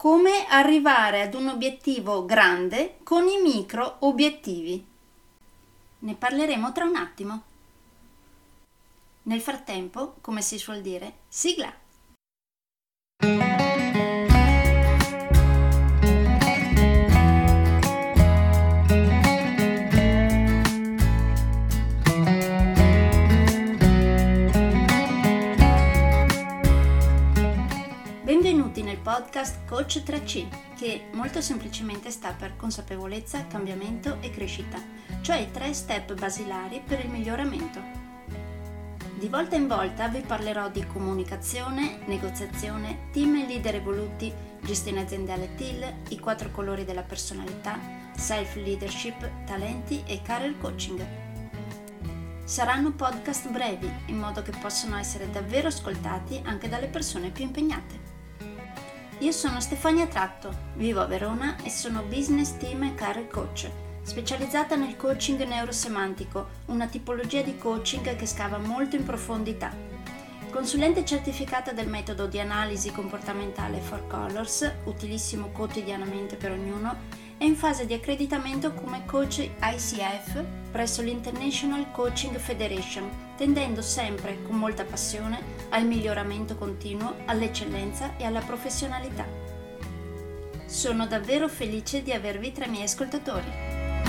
Come arrivare ad un obiettivo grande con i micro obiettivi. Ne parleremo tra un attimo. Nel frattempo, come si suol dire, sigla! Benvenuti nel podcast Coach 3C, che molto semplicemente sta per consapevolezza, cambiamento e crescita, cioè i 3 step basilari per il miglioramento. Di volta in volta vi parlerò di comunicazione, negoziazione, team e leader evoluti, gestione aziendale TIL, i 4 colori della personalità, self-leadership, talenti e career coaching. Saranno podcast brevi, in modo che possano essere davvero ascoltati anche dalle persone più impegnate. Io sono Stefania Tratto, vivo a Verona e sono business team e career coach, specializzata nel coaching neurosemantico, una tipologia di coaching che scava molto in profondità. Consulente certificata del metodo di analisi comportamentale 4Colors, utilissimo quotidianamente per ognuno, e in fase di accreditamento come coach ICF presso l'International Coaching Federation, tendendo sempre con molta passione al miglioramento continuo, all'eccellenza e alla professionalità. Sono davvero felice di avervi tra i miei ascoltatori.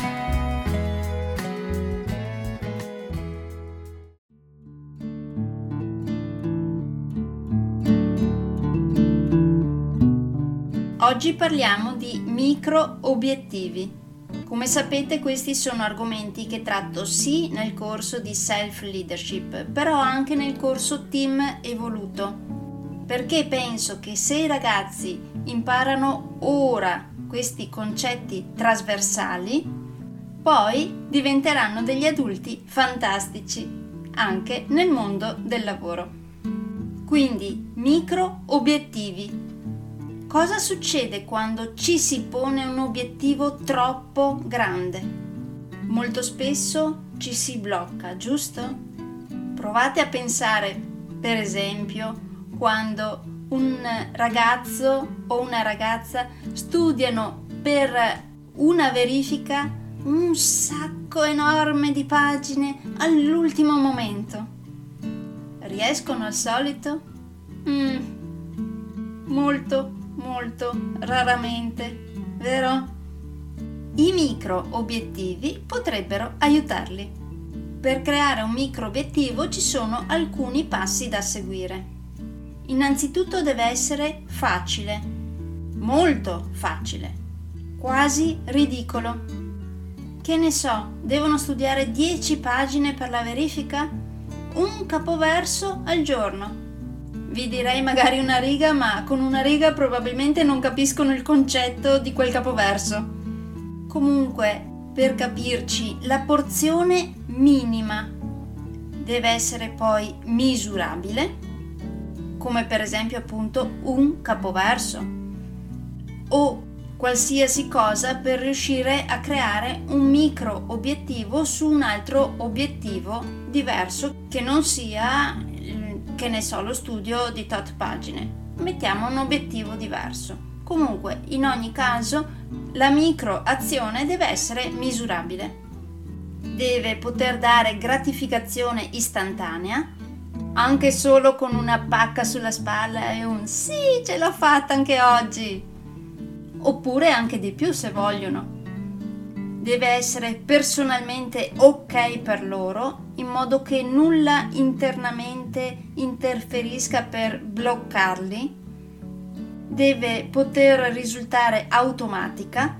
Oggi parliamo di micro obiettivi. Come sapete, questi sono argomenti che tratto sì nel corso di self-leadership, però anche nel corso team evoluto, perché penso che se i ragazzi imparano ora questi concetti trasversali, poi diventeranno degli adulti fantastici, anche nel mondo del lavoro. Quindi, micro obiettivi. Cosa succede quando ci si pone un obiettivo troppo grande? Molto spesso ci si blocca, giusto? Provate a pensare, per esempio, quando un ragazzo o una ragazza studiano per una verifica un sacco enorme di pagine all'ultimo momento. Riescono al solito? Molto raramente, vero? I micro obiettivi potrebbero aiutarli. Per creare un micro obiettivo ci sono alcuni passi da seguire. Innanzitutto deve essere facile, molto facile, quasi ridicolo. Che ne so, devono studiare 10 pagine per la verifica? Un capoverso al giorno. Vi direi magari una riga, ma con una riga probabilmente non capiscono il concetto di quel capoverso. Comunque, per capirci, la porzione minima deve essere poi misurabile, come per esempio appunto un capoverso, o qualsiasi cosa per riuscire a creare un micro obiettivo su un altro obiettivo diverso che non sia, che ne so, lo studio di tot pagine. Mettiamo un obiettivo diverso. Comunque, in ogni caso, la micro azione deve essere misurabile. Deve poter dare gratificazione istantanea, anche solo con una pacca sulla spalla e un sì, ce l'ho fatta anche oggi. Oppure anche di più se vogliono. Deve essere personalmente ok per loro, in modo che nulla internamente interferisca per bloccarli. Deve poter risultare automatica,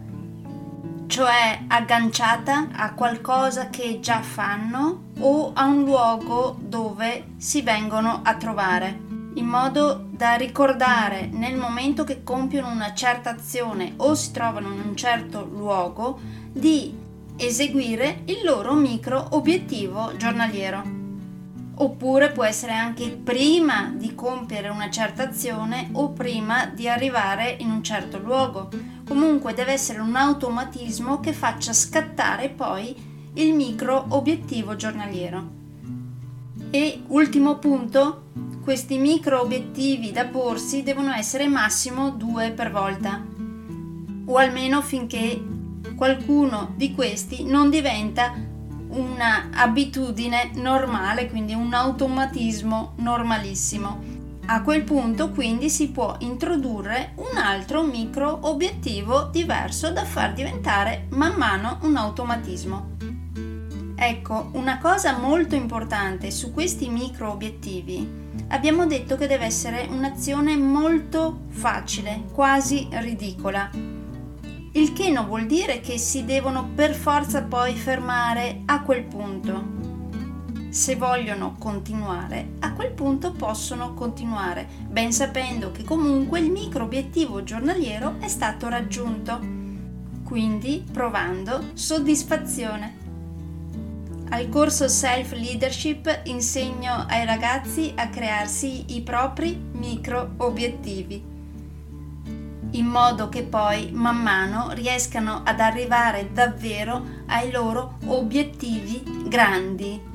cioè agganciata a qualcosa che già fanno o a un luogo dove si vengono a trovare, in modo da ricordare nel momento che compiono una certa azione o si trovano in un certo luogo di eseguire il loro micro obiettivo giornaliero. Oppure può essere anche prima di compiere una certa azione o prima di arrivare in un certo luogo. Comunque deve essere un automatismo che faccia scattare poi il micro obiettivo giornaliero. E ultimo punto, questi micro obiettivi da porsi devono essere massimo 2 per volta, o almeno finché qualcuno di questi non diventa una abitudine normale, quindi un automatismo normalissimo. A quel punto quindi si può introdurre un altro micro obiettivo diverso da far diventare man mano un automatismo. Ecco, una cosa molto importante su questi micro obiettivi, abbiamo detto che deve essere un'azione molto facile, quasi ridicola. Il che non vuol dire che si devono per forza poi fermare a quel punto. Se vogliono continuare, a quel punto possono continuare, ben sapendo che comunque il micro obiettivo giornaliero è stato raggiunto, quindi provando soddisfazione. Al corso Self Leadership insegno ai ragazzi a crearsi i propri micro obiettivi, in modo che poi man mano riescano ad arrivare davvero ai loro obiettivi grandi.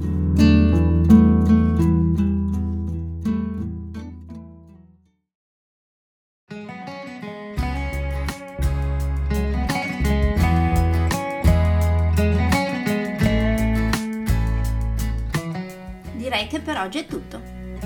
Direi che per oggi è tutto.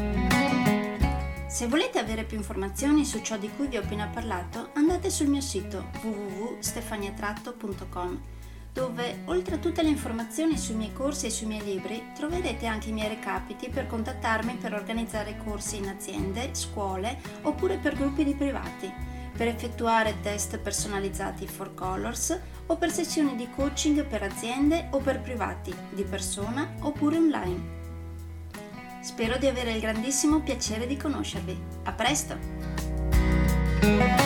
Se volete avere più informazioni su ciò di cui vi ho appena parlato, andate sul mio sito www.stefaniatratto.com, dove oltre a tutte le informazioni sui miei corsi e sui miei libri troverete anche i miei recapiti per contattarmi per organizzare corsi in aziende, scuole oppure per gruppi di privati, per effettuare test personalizzati for Colors o per sessioni di coaching per aziende o per privati, di persona oppure online. Spero di avere il grandissimo piacere di conoscervi. A presto!